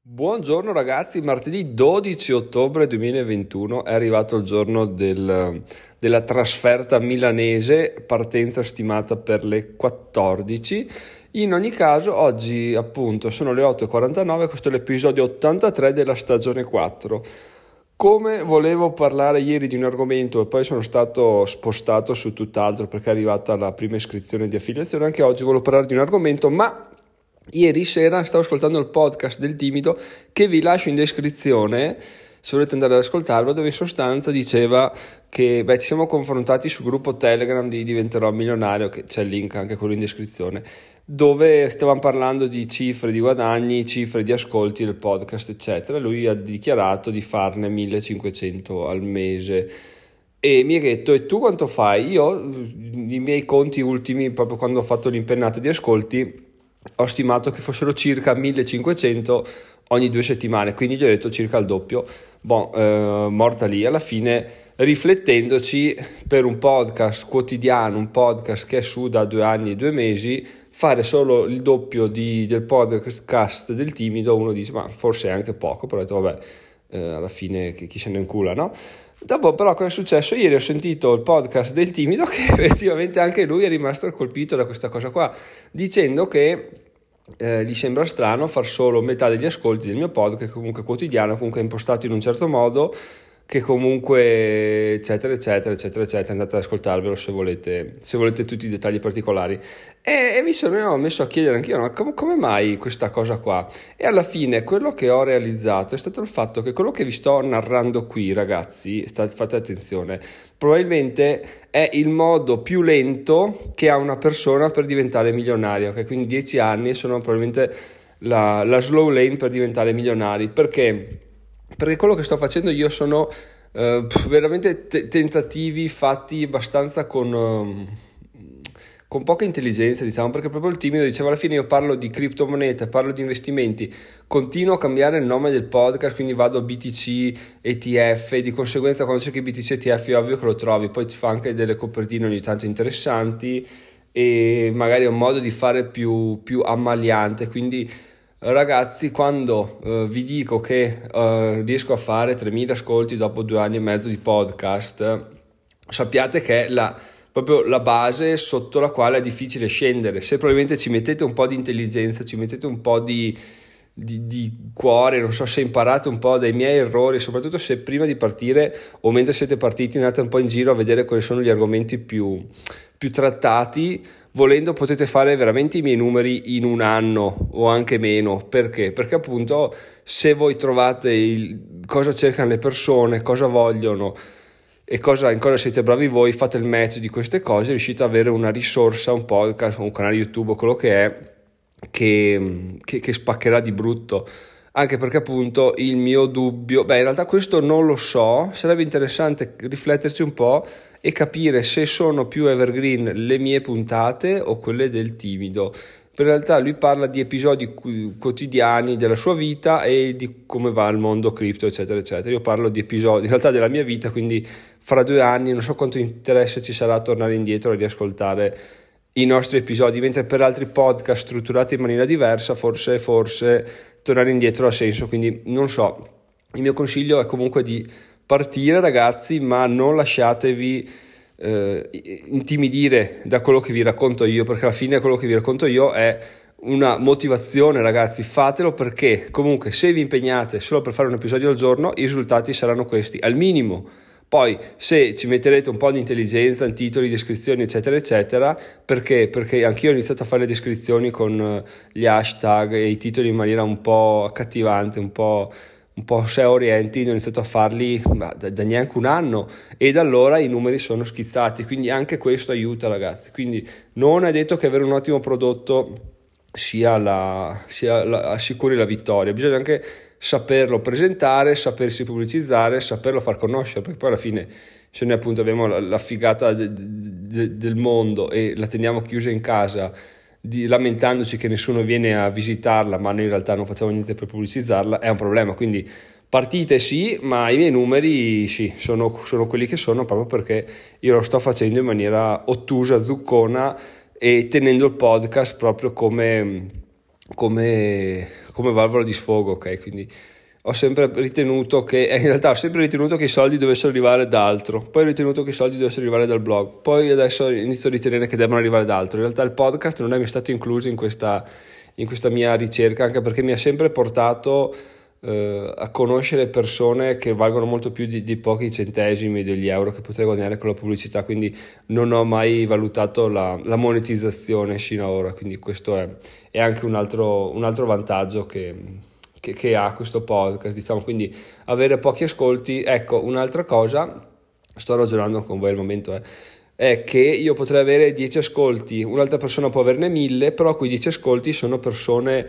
Buongiorno ragazzi, martedì 12 ottobre 2021 è arrivato il giorno della trasferta milanese, partenza stimata per le 14. In ogni caso oggi appunto sono le 8:49, questo è l'episodio 83 della stagione 4. Come volevo parlare ieri di un argomento e poi sono stato spostato su tutt'altro perché è arrivata la prima iscrizione di affiliazione, anche oggi volevo parlare di un argomento, ma ieri sera stavo ascoltando il podcast del Timido che vi lascio in descrizione se volete andare ad ascoltarlo, dove in sostanza diceva che ci siamo confrontati sul gruppo Telegram di Diventerò Milionario, che c'è il link anche quello in descrizione, dove stavamo parlando di cifre di guadagni, cifre di ascolti del podcast eccetera. Lui ha dichiarato di farne 1500 al mese e mi ha detto: e tu quanto fai? Io i miei conti ultimi, proprio quando ho fatto l'impennata di ascolti, ho stimato che fossero circa 1500 ogni 2 settimane, quindi gli ho detto circa il doppio. Morta lì. Alla fine, riflettendoci, per un podcast quotidiano, un podcast che è su da 2 anni e 2 mesi, fare solo il doppio del podcast del Timido, uno dice ma forse è anche poco, però ho detto vabbè, alla fine chi se ne incula, no? Dopo però cosa è successo? Ieri ho sentito il podcast del Timido che effettivamente anche lui è rimasto colpito da questa cosa qua, dicendo che gli sembra strano far solo metà degli ascolti del mio podcast, comunque quotidiano, comunque impostato in un certo modo, che comunque eccetera eccetera eccetera eccetera. Andate ad ascoltarvelo se volete tutti i dettagli particolari, e mi sono messo a chiedere anch'io, no? Come mai questa cosa qua, e alla fine quello che ho realizzato è stato il fatto che quello che vi sto narrando qui, ragazzi, fate attenzione, probabilmente è il modo più lento che ha una persona per diventare milionaria, ok? Quindi 10 anni sono probabilmente la slow lane per diventare milionari. Perché quello che sto facendo io sono veramente tentativi fatti abbastanza con poca intelligenza, diciamo, perché proprio il Timido diceva alla fine io parlo di criptomonete, parlo di investimenti, continuo a cambiare il nome del podcast, quindi vado a BTC, ETF, e di conseguenza quando cerchi BTC ETF è ovvio che lo trovi, poi ti fa anche delle copertine ogni tanto interessanti e magari è un modo di fare più ammaliante. Quindi ragazzi, quando vi dico che riesco a fare 3000 ascolti dopo 2 anni e mezzo di podcast, sappiate che è proprio la base sotto la quale è difficile scendere. Se probabilmente ci mettete un po' di intelligenza, ci mettete un po' di cuore, non so, se imparate un po' dai miei errori, soprattutto se prima di partire o mentre siete partiti andate un po' in giro a vedere quali sono gli argomenti più trattati, volendo potete fare veramente i miei numeri in un anno o anche meno. Perché? Perché appunto se voi trovate cosa cercano le persone, cosa vogliono e in cosa siete bravi voi, fate il match di queste cose, riuscite ad avere una risorsa, un podcast, un canale YouTube o quello che è, che spaccherà di brutto. Anche perché appunto il mio dubbio, in realtà questo non lo so, sarebbe interessante rifletterci un po' e capire se sono più evergreen le mie puntate o quelle del Timido. Per realtà lui parla di episodi quotidiani della sua vita e di come va il mondo cripto eccetera eccetera. Io parlo di episodi in realtà della mia vita, quindi fra 2 anni non so quanto interesse ci sarà a tornare indietro e riascoltare i nostri episodi, mentre per altri podcast strutturati in maniera diversa forse tornare indietro ha senso. Quindi non so, il mio consiglio è comunque di partire, ragazzi, ma non lasciatevi intimidire da quello che vi racconto io, perché alla fine quello che vi racconto io è una motivazione, ragazzi. Fatelo perché comunque se vi impegnate solo per fare un episodio al giorno i risultati saranno questi al minimo. Poi se ci metterete un po' di intelligenza in titoli, descrizioni eccetera eccetera, perché anch'io ho iniziato a fare le descrizioni con gli hashtag e i titoli in maniera un po' accattivante, un po' SEO oriented, ho iniziato a farli da neanche un anno e da allora i numeri sono schizzati, quindi anche questo aiuta, ragazzi. Quindi non è detto che avere un ottimo prodotto assicuri la vittoria, bisogna anche saperlo presentare, sapersi pubblicizzare, saperlo far conoscere, perché poi alla fine se noi appunto abbiamo la figata del mondo e la teniamo chiusa in casa lamentandoci che nessuno viene a visitarla, ma noi in realtà non facciamo niente per pubblicizzarla, è un problema. Quindi partite sì, ma i miei numeri sì, sono quelli che sono, proprio perché io lo sto facendo in maniera ottusa, zuccona, e tenendo il podcast proprio come come valvola di sfogo, ok? Quindi ho sempre ritenuto che, in realtà ho sempre ritenuto che i soldi dovessero arrivare da altro, poi ho ritenuto che i soldi dovessero arrivare dal blog, poi adesso inizio a ritenere che debbano arrivare da altro. In realtà il podcast non è mai stato incluso in questa mia ricerca, anche perché mi ha sempre portato a conoscere persone che valgono molto più di pochi centesimi degli euro che potrei guadagnare con la pubblicità, quindi non ho mai valutato la monetizzazione sino ad ora, quindi questo è anche un altro vantaggio che ha questo podcast, diciamo. Quindi avere pochi ascolti. Ecco, un'altra cosa, sto ragionando con voi al momento, è che io potrei avere 10 ascolti, un'altra persona può averne 1000, però quei 10 ascolti sono persone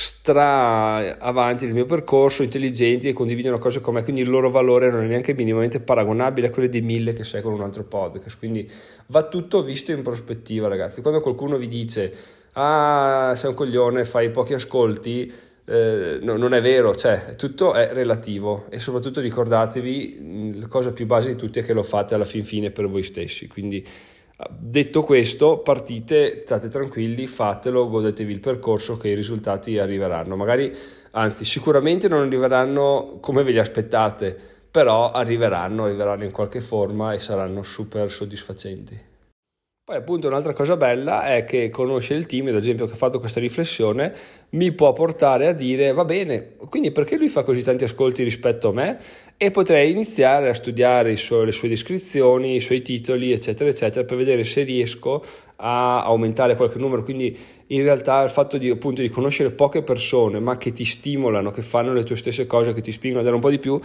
stra avanti nel mio percorso, intelligenti, e condividono cose con me, quindi il loro valore non è neanche minimamente paragonabile a quelli dei 1000 che sei con un altro podcast. Quindi va tutto visto in prospettiva, ragazzi. Quando qualcuno vi dice sei un coglione, fai pochi ascolti, no, non è vero, cioè tutto è relativo, e soprattutto ricordatevi, la cosa più base di tutti è che lo fate alla fin fine per voi stessi. Quindi detto questo, partite, state tranquilli, fatelo, godetevi il percorso, che i risultati arriveranno, magari, anzi sicuramente non arriveranno come ve li aspettate, però arriveranno in qualche forma e saranno super soddisfacenti. Poi appunto un'altra cosa bella è che conoscere il team, ad esempio, che ha fatto questa riflessione, mi può portare a dire: va bene, quindi perché lui fa così tanti ascolti rispetto a me? E potrei iniziare a studiare le sue descrizioni, i suoi titoli, eccetera eccetera, per vedere se riesco a aumentare qualche numero. Quindi in realtà il fatto di, appunto, di conoscere poche persone ma che ti stimolano, che fanno le tue stesse cose, che ti spingono a dare un po' di più,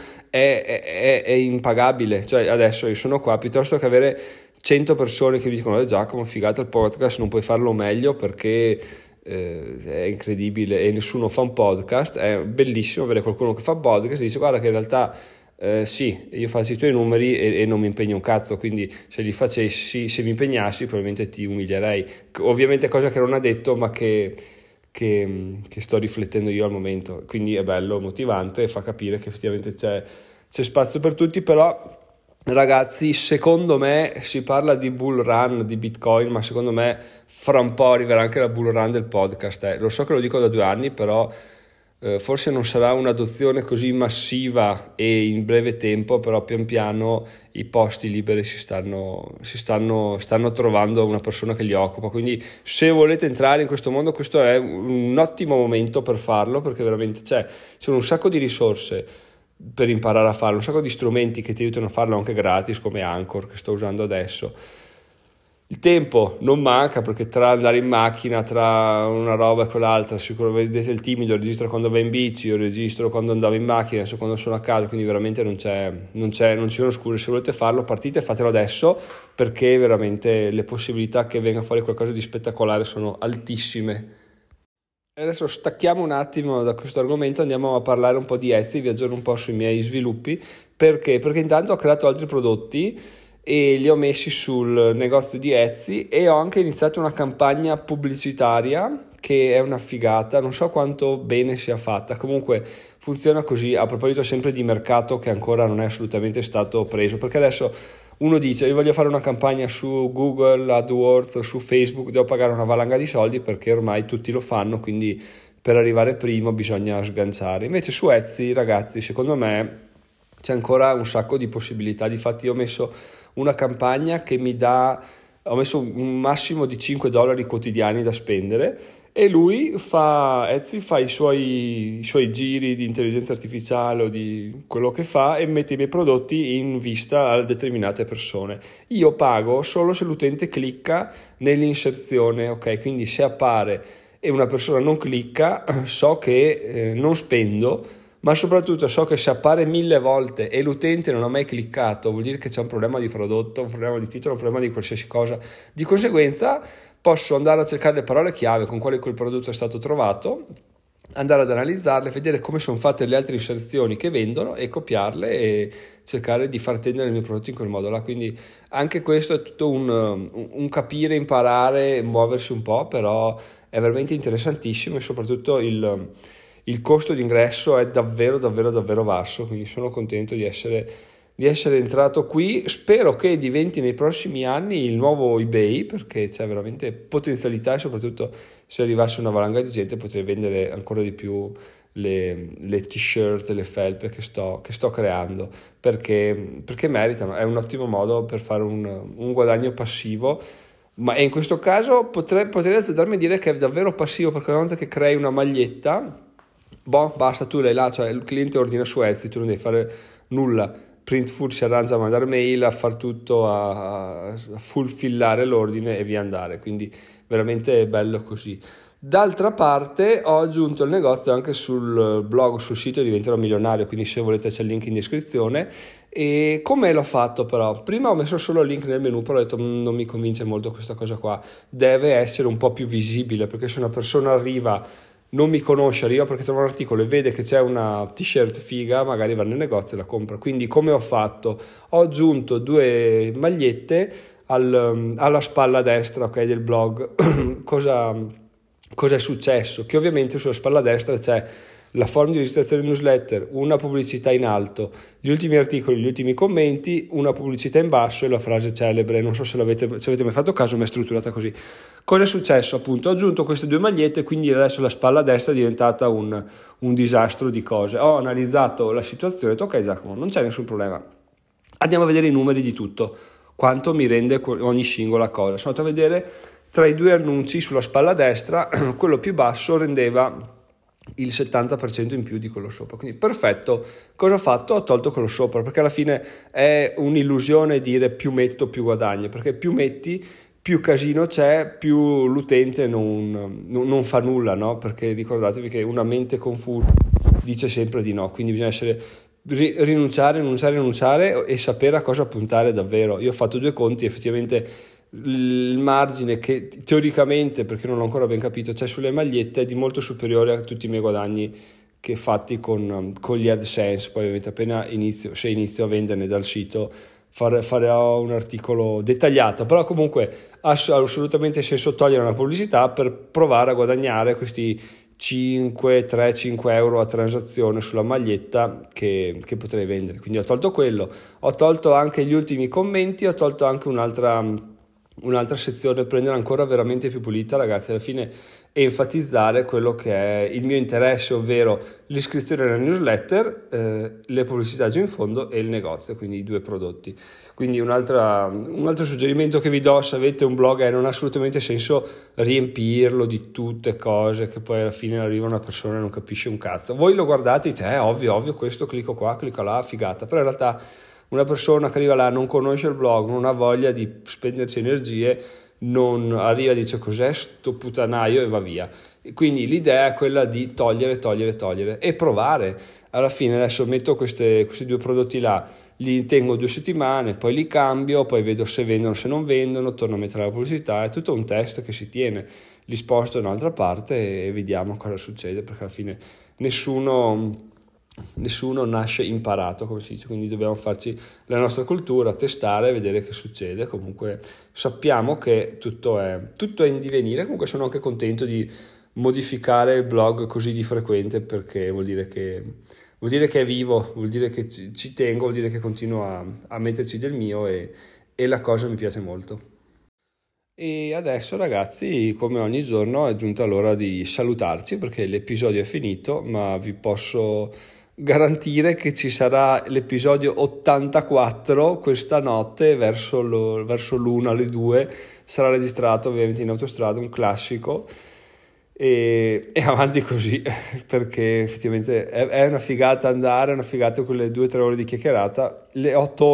è impagabile. Cioè adesso io sono qua, piuttosto che avere 100 persone che mi dicono: Giacomo, figata il podcast, non puoi farlo meglio perché è incredibile e nessuno fa un podcast. È bellissimo avere qualcuno che fa podcast e dice: guarda che in realtà sì, io faccio i tuoi numeri e non mi impegno un cazzo, quindi se li facessi, se mi impegnassi, probabilmente ti umilierei. Ovviamente cosa che non ha detto, ma che sto riflettendo io al momento. Quindi è bello, motivante, e fa capire che effettivamente c'è spazio per tutti. Però ragazzi, secondo me si parla di bull run di Bitcoin, ma secondo me fra un po' arriverà anche la bull run del podcast. Lo so che lo dico da 2 anni, però forse non sarà un'adozione così massiva e in breve tempo, però pian piano i posti liberi stanno trovando una persona che li occupa. Quindi se volete entrare in questo mondo, questo è un ottimo momento per farlo, perché veramente sono un sacco di risorse per imparare a farlo, un sacco di strumenti che ti aiutano a farlo anche gratis, come Anchor che sto usando adesso. Il tempo non manca, perché tra andare in macchina, tra una roba e quell'altra, sicuramente vedete il timido registro quando va in bici, io registro quando andavo in macchina, adesso quando sono a casa, quindi veramente non ci sono scuse. Se volete farlo, partite e fatelo adesso, perché veramente le possibilità che venga fuori qualcosa di spettacolare sono altissime. Adesso stacchiamo un attimo da questo argomento, andiamo a parlare un po' di Etsy, vi aggiorno un po' sui miei sviluppi. Perché intanto ho creato altri prodotti e li ho messi sul negozio di Etsy, e ho anche iniziato una campagna pubblicitaria che è una figata, non so quanto bene sia fatta, comunque funziona così. A proposito sempre di mercato che ancora non è assolutamente stato preso, perché adesso uno dice: io voglio fare una campagna su Google AdWords, su Facebook, devo pagare una valanga di soldi perché ormai tutti lo fanno, quindi per arrivare primo bisogna sganciare. Invece su Etsy, ragazzi, secondo me c'è ancora un sacco di possibilità. Difatti ho messo una campagna che ho messo un massimo di $5 quotidiani da spendere, e Etsy fa i suoi giri di intelligenza artificiale o di quello che fa, e mette i miei prodotti in vista a determinate persone. Io pago solo se l'utente clicca nell'inserzione, ok? Quindi se appare e una persona non clicca, so che non spendo, ma soprattutto so che se appare 1000 volte e l'utente non ha mai cliccato, vuol dire che c'è un problema di prodotto, un problema di titolo, un problema di qualsiasi cosa. Di conseguenza posso andare a cercare le parole chiave con quali quel prodotto è stato trovato, andare ad analizzarle, vedere come sono fatte le altre inserzioni che vendono e copiarle e cercare di far tendere il mio prodotto in quel modo là. Quindi anche questo è tutto un capire, imparare, muoversi un po', però è veramente interessantissimo, e soprattutto il costo d'ingresso è davvero davvero davvero basso, quindi sono contento di essere di essere entrato qui. Spero che diventi nei prossimi anni il nuovo eBay, perché c'è veramente potenzialità, e soprattutto se arrivasse una valanga di gente potrei vendere ancora di più le t-shirt, le felpe che sto creando, perché meritano. È un ottimo modo per fare un guadagno passivo, ma in questo caso potrei azzardarmi a dire che è davvero passivo, perché una volta che crei una maglietta, basta, tu l'hai là, cioè il cliente ordina su Etsy, tu non devi fare nulla. Printful si arrangia a mandare mail, a far tutto, a fulfillare l'ordine e via andare, quindi veramente bello così. D'altra parte ho aggiunto il negozio anche sul blog, sul sito Diventerò Milionario, quindi se volete c'è il link in descrizione. E come l'ho fatto però? Prima ho messo solo il link nel menu, però ho detto non mi convince molto questa cosa qua, deve essere un po' più visibile, perché se una persona arriva, non mi conosce, arriva perché trova un articolo e vede che c'è una t-shirt figa, magari va nel negozio e la compra. Quindi come ho fatto? Ho aggiunto 2 magliette alla spalla destra, ok, del blog. Cosa è successo? Che ovviamente sulla spalla destra c'è la form di registrazione newsletter, una pubblicità in alto, gli ultimi articoli, gli ultimi commenti, una pubblicità in basso e la frase celebre. Non so se avete mai fatto caso, ma è strutturata così. Cosa è successo? Appunto, ho aggiunto queste 2 magliette, quindi adesso la spalla destra è diventata un disastro di cose. Ho analizzato la situazione e ho detto, ok Giacomo, non c'è nessun problema. Andiamo a vedere i numeri di tutto, quanto mi rende ogni singola cosa. Sono andato a vedere tra i 2 annunci sulla spalla destra, quello più basso rendeva il 70% in più di quello sopra, quindi perfetto. Cosa ho fatto? Ho tolto quello sopra, perché alla fine è un'illusione dire più metto più guadagno, perché più metti più casino c'è, più l'utente non fa nulla, no? Perché ricordatevi che una mente confusa dice sempre di no, quindi bisogna essere rinunciare e sapere a cosa puntare davvero. Io ho fatto 2 conti, effettivamente il margine che teoricamente, perché non l'ho ancora ben capito, c'è sulle magliette è di molto superiore a tutti i miei guadagni che fatti con gli AdSense. Poi ovviamente appena inizio a venderne dal sito farò un articolo dettagliato, però comunque ha assolutamente senso togliere una pubblicità per provare a guadagnare questi 5 euro a transazione sulla maglietta che potrei vendere. Quindi ho tolto quello, ho tolto anche gli ultimi commenti, ho tolto anche un'altra sezione, prendere ancora veramente più pulita, ragazzi. Alla fine enfatizzare quello che è il mio interesse, ovvero l'iscrizione alla newsletter, le pubblicità giù in fondo e il negozio, quindi i 2 prodotti. Quindi un altro suggerimento che vi do, se avete un blog, non ha assolutamente senso riempirlo di tutte cose che poi alla fine arriva una persona e non capisce un cazzo. Voi lo guardate e dite ovvio, questo clicco qua, clicco là, figata, però in realtà una persona che arriva là, non conosce il blog, non ha voglia di spenderci energie, non arriva e dice cos'è sto putanaio e va via. E quindi l'idea è quella di togliere e provare. Alla fine adesso metto questi 2 prodotti là, li tengo 2 settimane, poi li cambio, poi vedo se vendono, se non vendono, torno a mettere la pubblicità. È tutto un test che si tiene, li sposto da un'altra parte e vediamo cosa succede, perché alla fine nessuno nasce imparato, come si dice, quindi dobbiamo farci la nostra cultura, testare, vedere che succede. Comunque sappiamo che tutto è in divenire. Comunque sono anche contento di modificare il blog così di frequente, perché vuol dire che è vivo, vuol dire che ci tengo, vuol dire che continuo a metterci del mio e la cosa mi piace molto. E adesso ragazzi, come ogni giorno è giunta l'ora di salutarci, perché l'episodio è finito, ma vi posso garantire che ci sarà l'episodio 84 questa notte verso l'1 alle 2, sarà registrato ovviamente in autostrada, un classico, e avanti così, perché effettivamente è una figata andare, è una figata quelle 2-3 ore di chiacchierata, le 8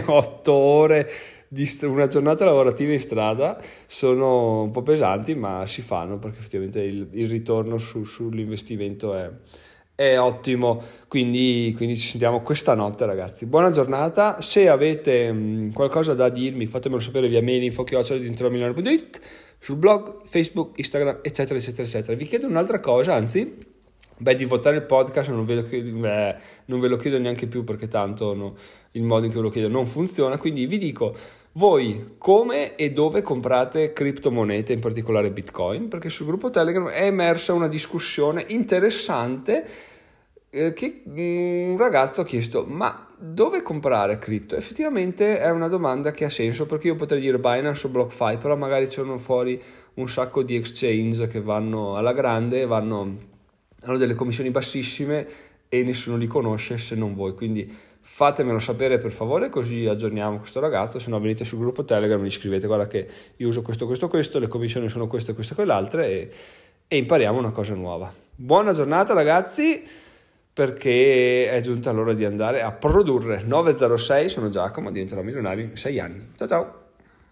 ore di una giornata lavorativa in strada sono un po' pesanti, ma si fanno, perché effettivamente il ritorno sull'investimento è ottimo. Quindi ci sentiamo questa notte, ragazzi. Buona giornata. Se avete qualcosa da dirmi, fatemelo sapere via mail info@diventeromilionario.it, sul blog, Facebook, Instagram, eccetera eccetera eccetera. Vi chiedo un'altra cosa, anzi, di votare il podcast non ve lo chiedo neanche più, perché tanto il modo in cui lo chiedo non funziona. Quindi vi dico, voi come e dove comprate criptomonete, in particolare Bitcoin, perché sul gruppo Telegram è emersa una discussione interessante che un ragazzo ha chiesto: ma dove comprare cripto? Effettivamente è una domanda che ha senso, perché io potrei dire Binance o BlockFi, però magari c'erano fuori un sacco di exchange che vanno alla grande, hanno delle commissioni bassissime e nessuno li conosce se non voi, quindi fatemelo sapere per favore, così aggiorniamo questo ragazzo. Se no venite sul gruppo Telegram, mi scrivete: guarda che io uso questo, le commissioni sono queste e quell'altre, e impariamo una cosa nuova. Buona giornata ragazzi, perché è giunta l'ora di andare a produrre. 9.06, sono Giacomo, diventerò milionario in 6 anni. Ciao ciao!